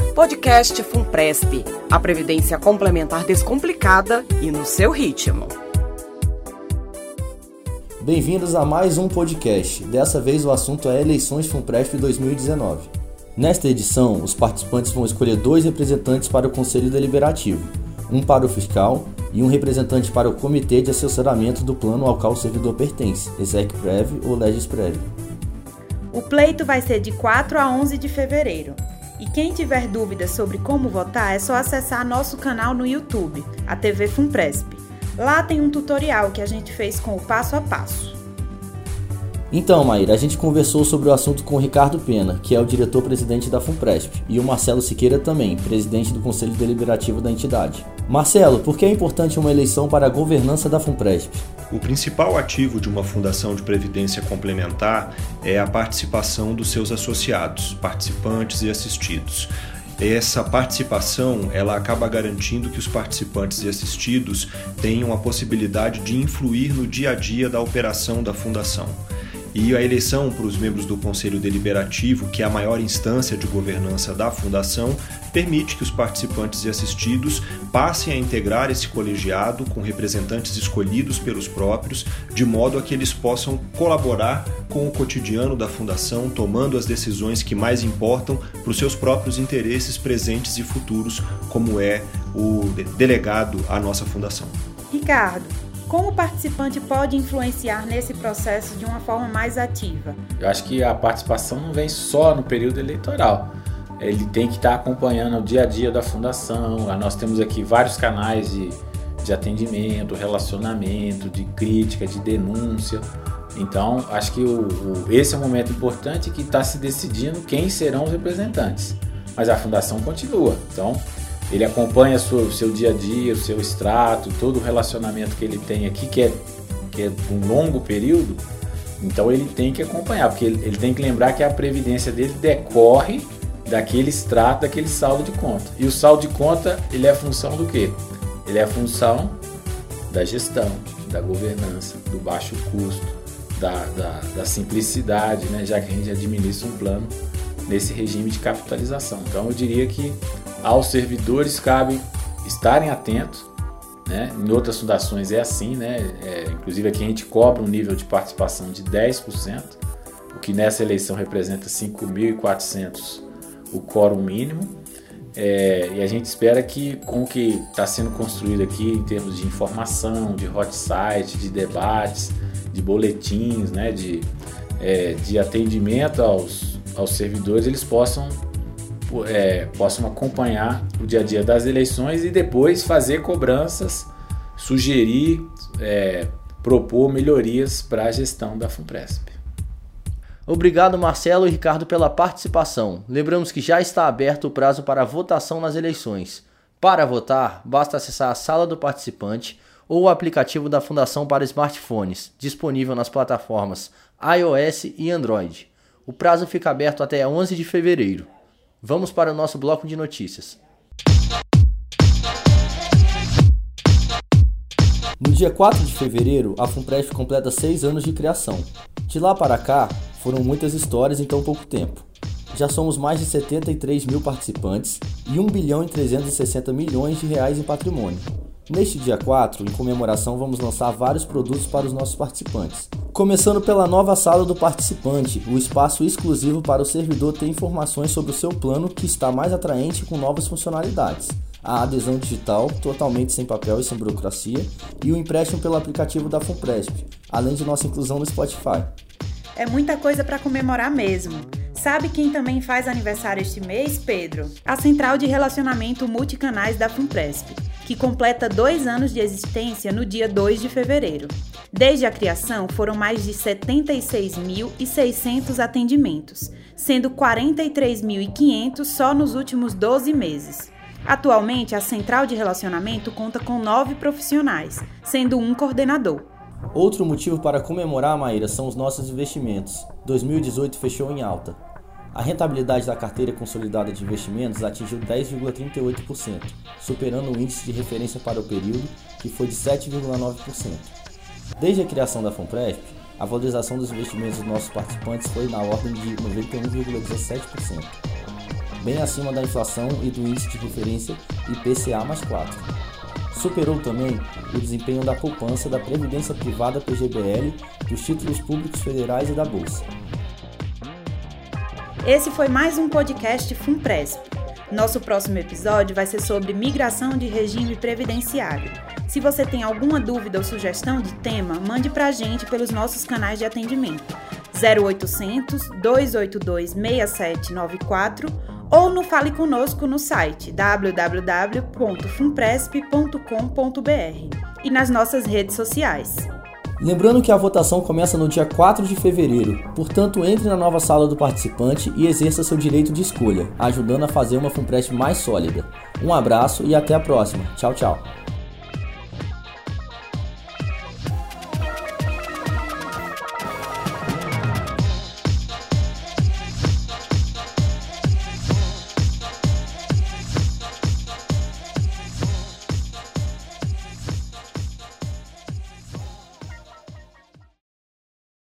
Podcast FUNPRESP, a previdência complementar descomplicada e no seu ritmo. Bem-vindos a mais um podcast. Dessa vez o assunto é Eleições FUNPRESP 2019. Nesta edição, os participantes vão escolher 2 representantes para o Conselho Deliberativo, um para o fiscal e um representante para o Comitê de Assessoramento do Plano ao qual o servidor pertence, Execprev ou Legisprev. O pleito vai ser de 4 a 11 de fevereiro. E quem tiver dúvidas sobre como votar é só acessar nosso canal no YouTube, a TV FUNPRESP. Lá tem um tutorial que a gente fez com o passo a passo. Então, Maíra, a gente conversou sobre o assunto com o Ricardo Pena, que é o diretor-presidente da FUNPRESP, e o Marcelo Siqueira também, presidente do Conselho Deliberativo da entidade. Marcelo, por que é importante uma eleição para a governança da FUNPRESP? O principal ativo de uma fundação de previdência complementar é a participação dos seus associados, participantes e assistidos. Essa participação, ela acaba garantindo que os participantes e assistidos tenham a possibilidade de influir no dia a dia da operação da fundação. E a eleição para os membros do Conselho Deliberativo, que é a maior instância de governança da Fundação, permite que os participantes e assistidos passem a integrar esse colegiado com representantes escolhidos pelos próprios, de modo a que eles possam colaborar com o cotidiano da Fundação, tomando as decisões que mais importam para os seus próprios interesses presentes e futuros, como é o delegado à nossa Fundação. Ricardo, como o participante pode influenciar nesse processo de uma forma mais ativa? Eu acho que a participação não vem só no período eleitoral. Ele tem que estar acompanhando o dia a dia da fundação. Nós temos aqui vários canais de atendimento, relacionamento, de crítica, de denúncia. Então, acho que esse é um momento importante que está se decidindo quem serão os representantes. Mas a fundação continua. Então, ele acompanha o seu dia a dia, o seu extrato, todo o relacionamento que ele tem aqui, que é um longo período. Então ele tem que acompanhar, porque ele tem que lembrar que a previdência dele decorre daquele extrato, daquele saldo de conta. E o saldo de conta, ele é função do quê? Ele é função da gestão, da governança, do baixo custo, da simplicidade, né? Já que a gente administra um plano nesse regime de capitalização. Então eu diria que aos servidores cabe estarem atentos, né? Em outras fundações é assim, né? Inclusive aqui a gente cobra um nível de participação de 10%, o que nessa eleição representa 5.400 o quórum mínimo, e a gente espera que com o que está sendo construído aqui em termos de informação, de hot site, de debates, de boletins, né? de atendimento aos servidores, eles possam acompanhar o dia a dia das eleições e depois fazer cobranças, sugerir, propor melhorias para a gestão da FUNPRESP. Obrigado, Marcelo e Ricardo, pela participação. Lembramos que já está aberto o prazo para votação nas eleições. Para votar, basta acessar a Sala do Participante ou o aplicativo da Fundação para smartphones, disponível nas plataformas iOS e Android. O prazo fica aberto até 11 de fevereiro. Vamos para o nosso bloco de notícias. No dia 4 de fevereiro, a FUNPRESP completa 6 anos de criação. De lá para cá, foram muitas histórias em tão pouco tempo. Já somos mais de 73 mil participantes e 1.360 bilhões de reais em patrimônio. Neste dia 4, em comemoração, vamos lançar vários produtos para os nossos participantes. Começando pela nova Sala do Participante, o espaço exclusivo para o servidor ter informações sobre o seu plano que está mais atraente com novas funcionalidades. A adesão digital, totalmente sem papel e sem burocracia, e o empréstimo pelo aplicativo da FUNPRESP, além de nossa inclusão no Spotify. É muita coisa para comemorar mesmo. Sabe quem também faz aniversário este mês, Pedro? A Central de Relacionamento Multicanais da FUNPRESP, que completa 2 anos de existência no dia 2 de fevereiro. Desde a criação, foram mais de 76.600 atendimentos, sendo 43.500 só nos últimos 12 meses. Atualmente, a Central de Relacionamento conta com 9 profissionais, sendo um coordenador. Outro motivo para comemorar, Maíra, são os nossos investimentos. 2018 fechou em alta. A rentabilidade da carteira consolidada de investimentos atingiu 10,38%, superando o índice de referência para o período, que foi de 7,9%. Desde a criação da FUNPRESP, a valorização dos investimentos dos nossos participantes foi na ordem de 91,17%. bem acima da inflação e do índice de referência IPCA mais 4. Superou também o desempenho da poupança da Previdência Privada PGBL, dos títulos públicos federais e da Bolsa. Esse foi mais um podcast FUNPRESP. Nosso próximo episódio vai ser sobre migração de regime previdenciário. Se você tem alguma dúvida ou sugestão de tema, mande pra gente pelos nossos canais de atendimento 0800 282 6794 ou no Fale Conosco no site www.funpresp.com.br e nas nossas redes sociais. Lembrando que a votação começa no dia 4 de fevereiro, portanto entre na nova sala do participante e exerça seu direito de escolha, ajudando a fazer uma FUNPRESP mais sólida. Um abraço e até a próxima. Tchau, tchau.